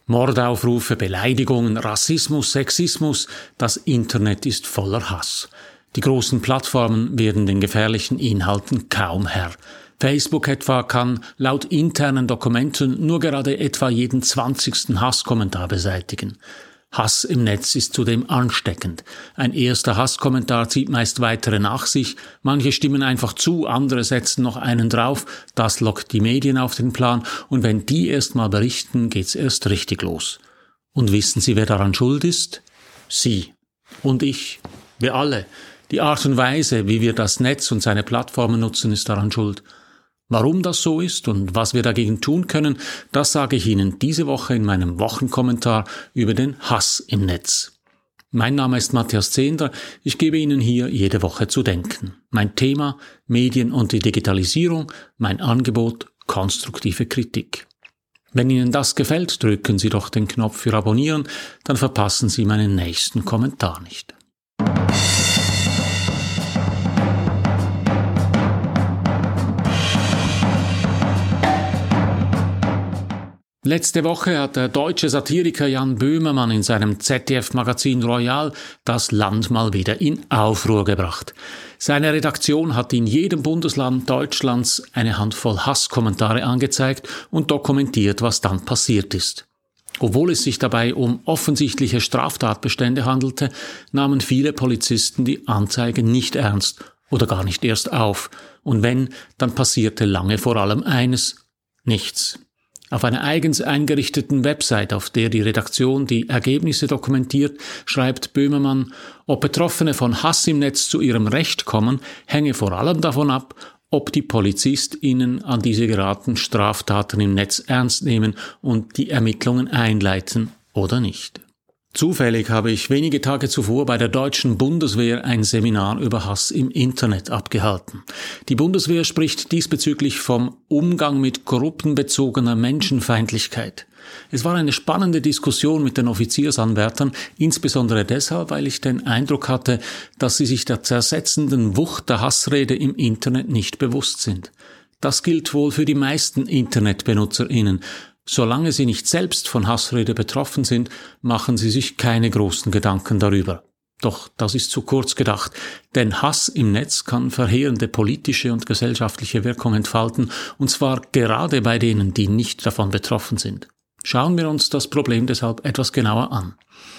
Mordaufrufe, Beleidigungen, Rassismus, Sexismus, das Internet ist voller Hass. Die großen Plattformen werden den gefährlichen Inhalten kaum Herr. Facebook etwa kann laut internen Dokumenten nur gerade etwa jeden 20. Hasskommentar beseitigen. Hass im Netz ist zudem ansteckend. Ein erster Hasskommentar zieht meist weitere nach sich, manche stimmen einfach zu, andere setzen noch einen drauf, das lockt die Medien auf den Plan und wenn die erst mal berichten, geht's erst richtig los. Und wissen Sie, wer daran schuld ist? Sie und ich, wir alle. Die Art und Weise, wie wir das Netz und seine Plattformen nutzen, ist daran schuld. Warum das so ist und was wir dagegen tun können, das sage ich Ihnen diese Woche in meinem Wochenkommentar über den Hass im Netz. Mein Name ist Matthias Zehnder, ich gebe Ihnen hier jede Woche zu denken. Mein Thema: Medien und die Digitalisierung, mein Angebot: konstruktive Kritik. Wenn Ihnen das gefällt, drücken Sie doch den Knopf für Abonnieren, dann verpassen Sie meinen nächsten Kommentar nicht. Letzte Woche hat der deutsche Satiriker Jan Böhmermann in seinem ZDF-Magazin Royal das Land mal wieder in Aufruhr gebracht. Seine Redaktion hat in jedem Bundesland Deutschlands eine Handvoll Hasskommentare angezeigt und dokumentiert, was dann passiert ist. Obwohl es sich dabei um offensichtliche Straftatbestände handelte, nahmen viele Polizisten die Anzeige nicht ernst oder gar nicht erst auf. Und wenn, dann passierte lange vor allem eines: nichts. Auf einer eigens eingerichteten Website, auf der die Redaktion die Ergebnisse dokumentiert, schreibt Böhmermann, ob Betroffene von Hass im Netz zu ihrem Recht kommen, hänge vor allem davon ab, ob die PolizistInnen an diese geraten Straftaten im Netz ernst nehmen und die Ermittlungen einleiten oder nicht. Zufällig habe ich wenige Tage zuvor bei der deutschen Bundeswehr ein Seminar über Hass im Internet abgehalten. Die Bundeswehr spricht diesbezüglich vom Umgang mit gruppenbezogener Menschenfeindlichkeit. Es war eine spannende Diskussion mit den Offiziersanwärtern, insbesondere deshalb, weil ich den Eindruck hatte, dass sie sich der zersetzenden Wucht der Hassrede im Internet nicht bewusst sind. Das gilt wohl für die meisten InternetbenutzerInnen. Solange sie nicht selbst von Hassrede betroffen sind, machen sie sich keine großen Gedanken darüber. Doch das ist zu kurz gedacht, denn Hass im Netz kann verheerende politische und gesellschaftliche Wirkung entfalten, und zwar gerade bei denen, die nicht davon betroffen sind. Schauen wir uns das Problem deshalb etwas genauer an.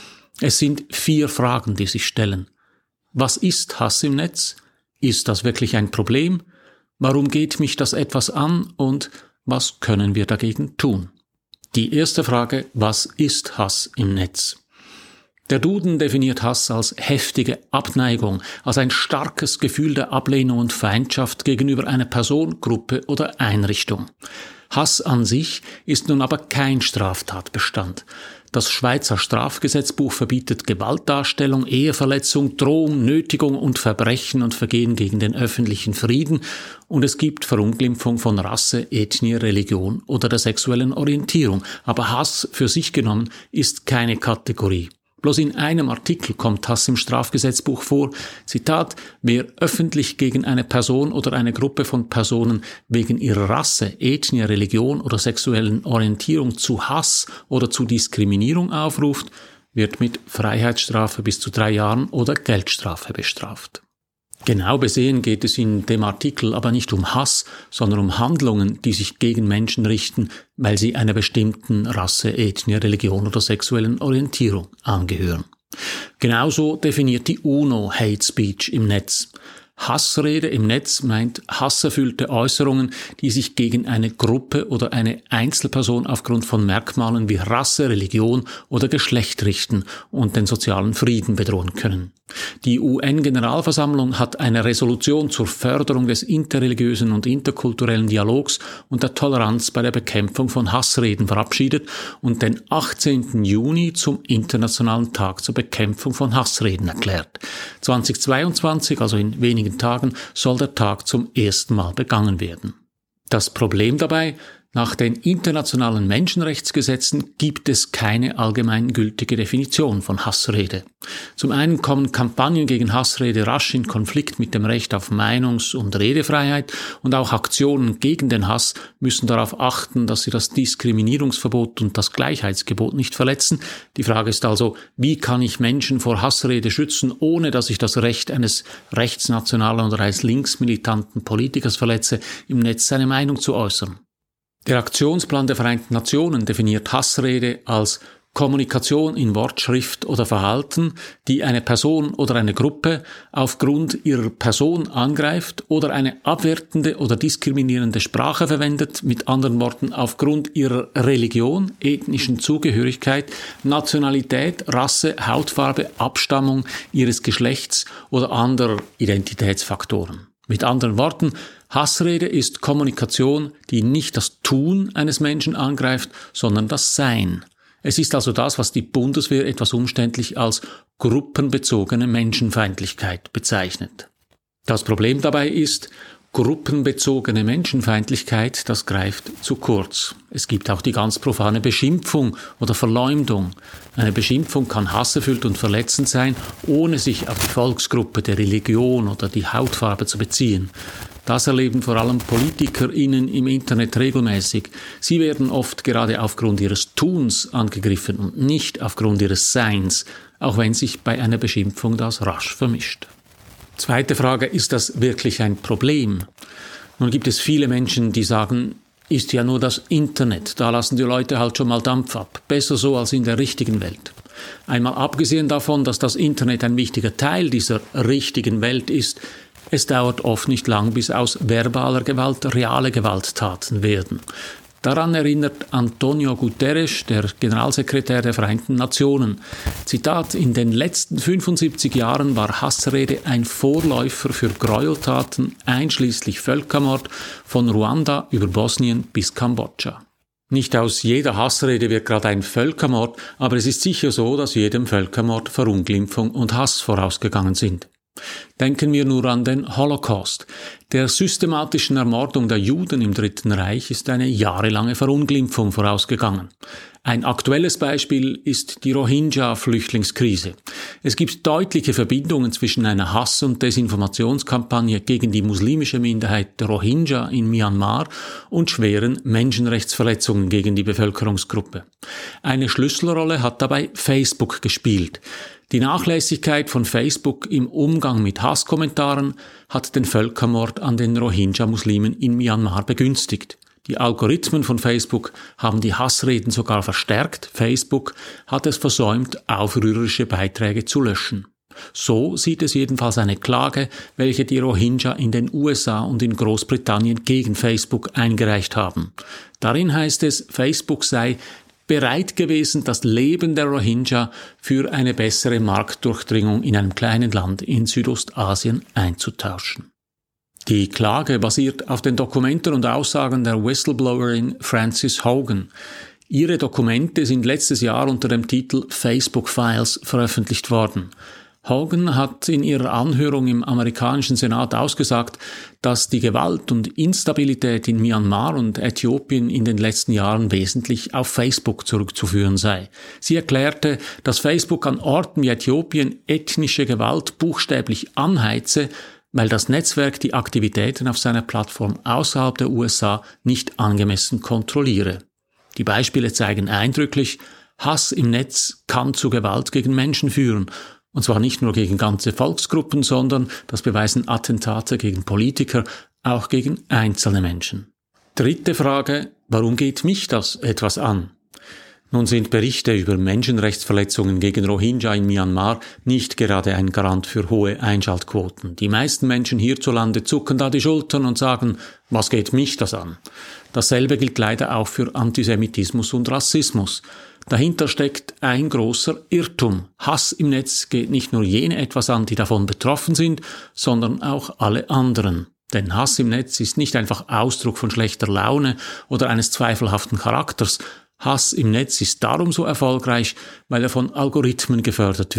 Es sind 4 Fragen, die sich stellen. Was ist Hass im Netz? Ist das wirklich ein Problem? Warum geht mich das etwas an? Und was können wir dagegen tun? Die erste Frage: Was ist Hass im Netz? Der Duden definiert Hass als heftige Abneigung, als ein starkes Gefühl der Ablehnung und Feindschaft gegenüber einer Person, Gruppe oder Einrichtung. Hass an sich ist nun aber kein Straftatbestand. Das Schweizer Strafgesetzbuch verbietet Gewaltdarstellung, Eheverletzung, Drohung, Nötigung und Verbrechen und Vergehen gegen den öffentlichen Frieden, und es gibt Verunglimpfung von Rasse, Ethnie, Religion oder der sexuellen Orientierung. Aber Hass für sich genommen ist keine Kategorie. Bloß in einem Artikel kommt Hass im Strafgesetzbuch vor. Zitat: Wer öffentlich gegen eine Person oder eine Gruppe von Personen wegen ihrer Rasse, Ethnie, Religion oder sexuellen Orientierung zu Hass oder zu Diskriminierung aufruft, wird mit Freiheitsstrafe bis zu 3 Jahren oder Geldstrafe bestraft. Genau besehen geht es in dem Artikel aber nicht um Hass, sondern um Handlungen, die sich gegen Menschen richten, weil sie einer bestimmten Rasse, Ethnie, Religion oder sexuellen Orientierung angehören. Genauso definiert die UNO Hate Speech im Netz. Hassrede im Netz meint hasserfüllte Äußerungen, die sich gegen eine Gruppe oder eine Einzelperson aufgrund von Merkmalen wie Rasse, Religion oder Geschlecht richten und den sozialen Frieden bedrohen können. Die UN-Generalversammlung hat eine Resolution zur Förderung des interreligiösen und interkulturellen Dialogs und der Toleranz bei der Bekämpfung von Hassreden verabschiedet und den 18. Juni zum Internationalen Tag zur Bekämpfung von Hassreden erklärt. 2022, also in wenigen Tagen, soll der Tag zum ersten Mal begangen werden. Das Problem dabei: Nach den internationalen Menschenrechtsgesetzen gibt es keine allgemeingültige Definition von Hassrede. Zum einen kommen Kampagnen gegen Hassrede rasch in Konflikt mit dem Recht auf Meinungs- und Redefreiheit und auch Aktionen gegen den Hass müssen darauf achten, dass sie das Diskriminierungsverbot und das Gleichheitsgebot nicht verletzen. Die Frage ist also, wie kann ich Menschen vor Hassrede schützen, ohne dass ich das Recht eines rechtsnationalen oder eines linksmilitanten Politikers verletze, im Netz seine Meinung zu äußern? Der Aktionsplan der Vereinten Nationen definiert Hassrede als Kommunikation in Wort, Schrift oder Verhalten, die eine Person oder eine Gruppe aufgrund ihrer Person angreift oder eine abwertende oder diskriminierende Sprache verwendet, mit anderen Worten aufgrund ihrer Religion, ethnischen Zugehörigkeit, Nationalität, Rasse, Hautfarbe, Abstammung, ihres Geschlechts oder anderer Identitätsfaktoren. Mit anderen Worten, Hassrede ist Kommunikation, die nicht das Tun eines Menschen angreift, sondern das Sein. Es ist also das, was die Bundeswehr etwas umständlich als gruppenbezogene Menschenfeindlichkeit bezeichnet. Das Problem dabei ist, gruppenbezogene Menschenfeindlichkeit, das greift zu kurz. Es gibt auch die ganz profane Beschimpfung oder Verleumdung. Eine Beschimpfung kann hasserfüllt und verletzend sein, ohne sich auf die Volksgruppe, die Religion oder die Hautfarbe zu beziehen. Das erleben vor allem PolitikerInnen im Internet regelmäßig. Sie werden oft gerade aufgrund ihres Tuns angegriffen und nicht aufgrund ihres Seins, auch wenn sich bei einer Beschimpfung das rasch vermischt. Zweite Frage, ist das wirklich ein Problem? Nun gibt es viele Menschen, die sagen, ist ja nur das Internet, da lassen die Leute halt schon mal Dampf ab. Besser so als in der richtigen Welt. Einmal abgesehen davon, dass das Internet ein wichtiger Teil dieser richtigen Welt ist, es dauert oft nicht lang, bis aus verbaler Gewalt reale Gewalttaten werden. Daran erinnert Antonio Guterres, der Generalsekretär der Vereinten Nationen. Zitat, in den letzten 75 Jahren war Hassrede ein Vorläufer für Gräueltaten, einschließlich Völkermord, von Ruanda über Bosnien bis Kambodscha. Nicht aus jeder Hassrede wird gerade ein Völkermord, aber es ist sicher so, dass jedem Völkermord Verunglimpfung und Hass vorausgegangen sind. Denken wir nur an den Holocaust. Der systematischen Ermordung der Juden im Dritten Reich ist eine jahrelange Verunglimpfung vorausgegangen. Ein aktuelles Beispiel ist die Rohingya-Flüchtlingskrise. Es gibt deutliche Verbindungen zwischen einer Hass- und Desinformationskampagne gegen die muslimische Minderheit der Rohingya in Myanmar und schweren Menschenrechtsverletzungen gegen die Bevölkerungsgruppe. Eine Schlüsselrolle hat dabei Facebook gespielt. Die Nachlässigkeit von Facebook im Umgang mit Hasskommentaren hat den Völkermord an den Rohingya-Muslimen in Myanmar begünstigt. Die Algorithmen von Facebook haben die Hassreden sogar verstärkt. Facebook hat es versäumt, aufrührerische Beiträge zu löschen. So sieht es jedenfalls eine Klage, welche die Rohingya in den USA und in Großbritannien gegen Facebook eingereicht haben. Darin heißt es, Facebook sei bereit gewesen, das Leben der Rohingya für eine bessere Marktdurchdringung in einem kleinen Land in Südostasien einzutauschen. Die Klage basiert auf den Dokumenten und Aussagen der Whistleblowerin Frances Haugen. Ihre Dokumente sind letztes Jahr unter dem Titel Facebook Files veröffentlicht worden. Haugen hat in ihrer Anhörung im amerikanischen Senat ausgesagt, dass die Gewalt und Instabilität in Myanmar und Äthiopien in den letzten Jahren wesentlich auf Facebook zurückzuführen sei. Sie erklärte, dass Facebook an Orten wie Äthiopien ethnische Gewalt buchstäblich anheize, weil das Netzwerk die Aktivitäten auf seiner Plattform außerhalb der USA nicht angemessen kontrolliere. Die Beispiele zeigen eindrücklich, Hass im Netz kann zu Gewalt gegen Menschen führen. Und zwar nicht nur gegen ganze Volksgruppen, sondern, das beweisen Attentate gegen Politiker, auch gegen einzelne Menschen. Dritte Frage, warum geht mich das etwas an? Nun sind Berichte über Menschenrechtsverletzungen gegen Rohingya in Myanmar nicht gerade ein Garant für hohe Einschaltquoten. Die meisten Menschen hierzulande zucken da die Schultern und sagen, was geht mich das an? Dasselbe gilt leider auch für Antisemitismus und Rassismus. Dahinter steckt ein großer Irrtum. Hass im Netz geht nicht nur jene etwas an, die davon betroffen sind, sondern auch alle anderen. Denn Hass im Netz ist nicht einfach Ausdruck von schlechter Laune oder eines zweifelhaften Charakters. Hass im Netz ist darum so erfolgreich, weil er von Algorithmen gefördert wird.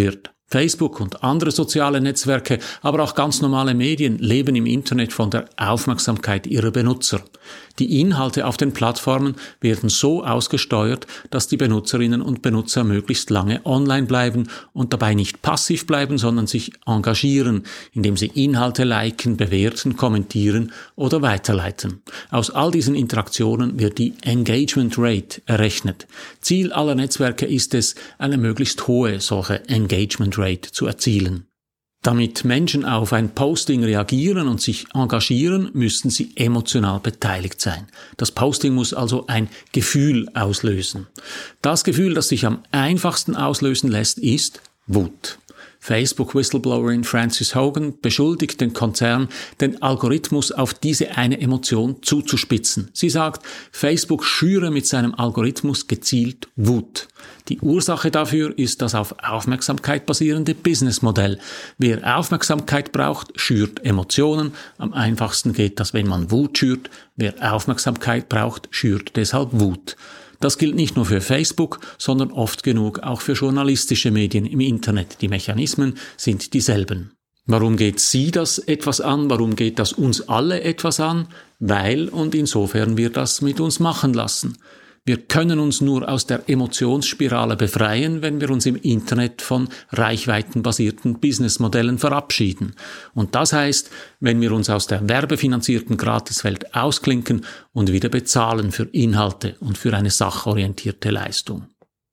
Facebook und andere soziale Netzwerke, aber auch ganz normale Medien leben im Internet von der Aufmerksamkeit ihrer Benutzer. Die Inhalte auf den Plattformen werden so ausgesteuert, dass die Benutzerinnen und Benutzer möglichst lange online bleiben und dabei nicht passiv bleiben, sondern sich engagieren, indem sie Inhalte liken, bewerten, kommentieren oder weiterleiten. Aus all diesen Interaktionen wird die Engagement Rate errechnet. Ziel aller Netzwerke ist es, eine möglichst hohe solche Engagement Rate zu erzielen. Damit Menschen auf ein Posting reagieren und sich engagieren, müssen sie emotional beteiligt sein. Das Posting muss also ein Gefühl auslösen. Das Gefühl, das sich am einfachsten auslösen lässt, ist Wut. Facebook-Whistleblowerin Frances Hogan beschuldigt den Konzern, den Algorithmus auf diese eine Emotion zuzuspitzen. Sie sagt, Facebook schüre mit seinem Algorithmus gezielt Wut. Die Ursache dafür ist das auf Aufmerksamkeit basierende Businessmodell. Wer Aufmerksamkeit braucht, schürt Emotionen. Am einfachsten geht das, wenn man Wut schürt. Wer Aufmerksamkeit braucht, schürt deshalb Wut. Das gilt nicht nur für Facebook, sondern oft genug auch für journalistische Medien im Internet. Die Mechanismen sind dieselben. Warum geht Sie das etwas an? Warum geht das uns alle etwas an? Weil und insofern wir das mit uns machen lassen. Wir können uns nur aus der Emotionsspirale befreien, wenn wir uns im Internet von reichweitenbasierten Businessmodellen verabschieden. Und das heißt, wenn wir uns aus der werbefinanzierten Gratiswelt ausklinken und wieder bezahlen für Inhalte und für eine sachorientierte Leistung.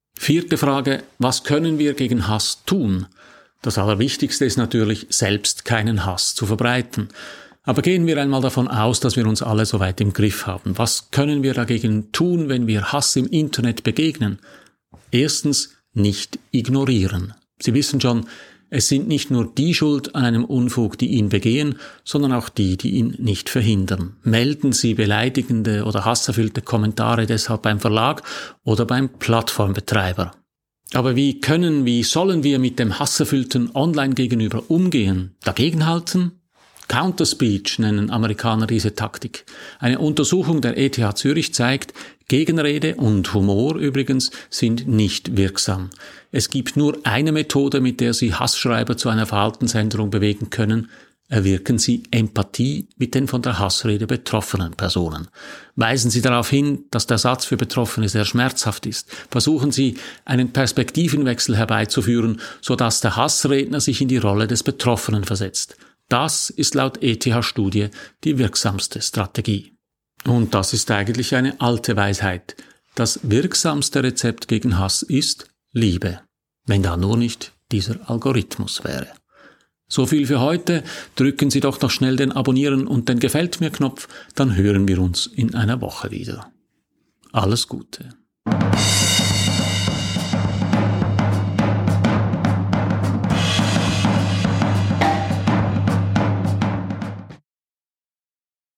4. Frage: Was können wir gegen Hass tun? Das Allerwichtigste ist natürlich, selbst keinen Hass zu verbreiten. Aber gehen wir einmal davon aus, dass wir uns alle soweit im Griff haben. Was können wir dagegen tun, wenn wir Hass im Internet begegnen? Erstens, nicht ignorieren. Sie wissen schon, es sind nicht nur die schuld an einem Unfug, die ihn begehen, sondern auch die ihn nicht verhindern. Melden Sie beleidigende oder hasserfüllte Kommentare deshalb beim Verlag oder beim Plattformbetreiber. Aber wie sollen wir mit dem hasserfüllten Online-Gegenüber umgehen? Dagegenhalten? Counterspeech nennen Amerikaner diese Taktik. Eine Untersuchung der ETH Zürich zeigt, Gegenrede und Humor übrigens sind nicht wirksam. Es gibt nur eine Methode, mit der Sie Hassschreiber zu einer Verhaltensänderung bewegen können. Erwirken Sie Empathie mit den von der Hassrede betroffenen Personen. Weisen Sie darauf hin, dass der Satz für Betroffene sehr schmerzhaft ist. Versuchen Sie, einen Perspektivenwechsel herbeizuführen, sodass der Hassredner sich in die Rolle des Betroffenen versetzt. Das ist laut ETH-Studie die wirksamste Strategie. Und das ist eigentlich eine alte Weisheit. Das wirksamste Rezept gegen Hass ist Liebe. Wenn da nur nicht dieser Algorithmus wäre. So viel für heute. Drücken Sie doch noch schnell den Abonnieren und den Gefällt mir Knopf, dann hören wir uns in einer Woche wieder. Alles Gute.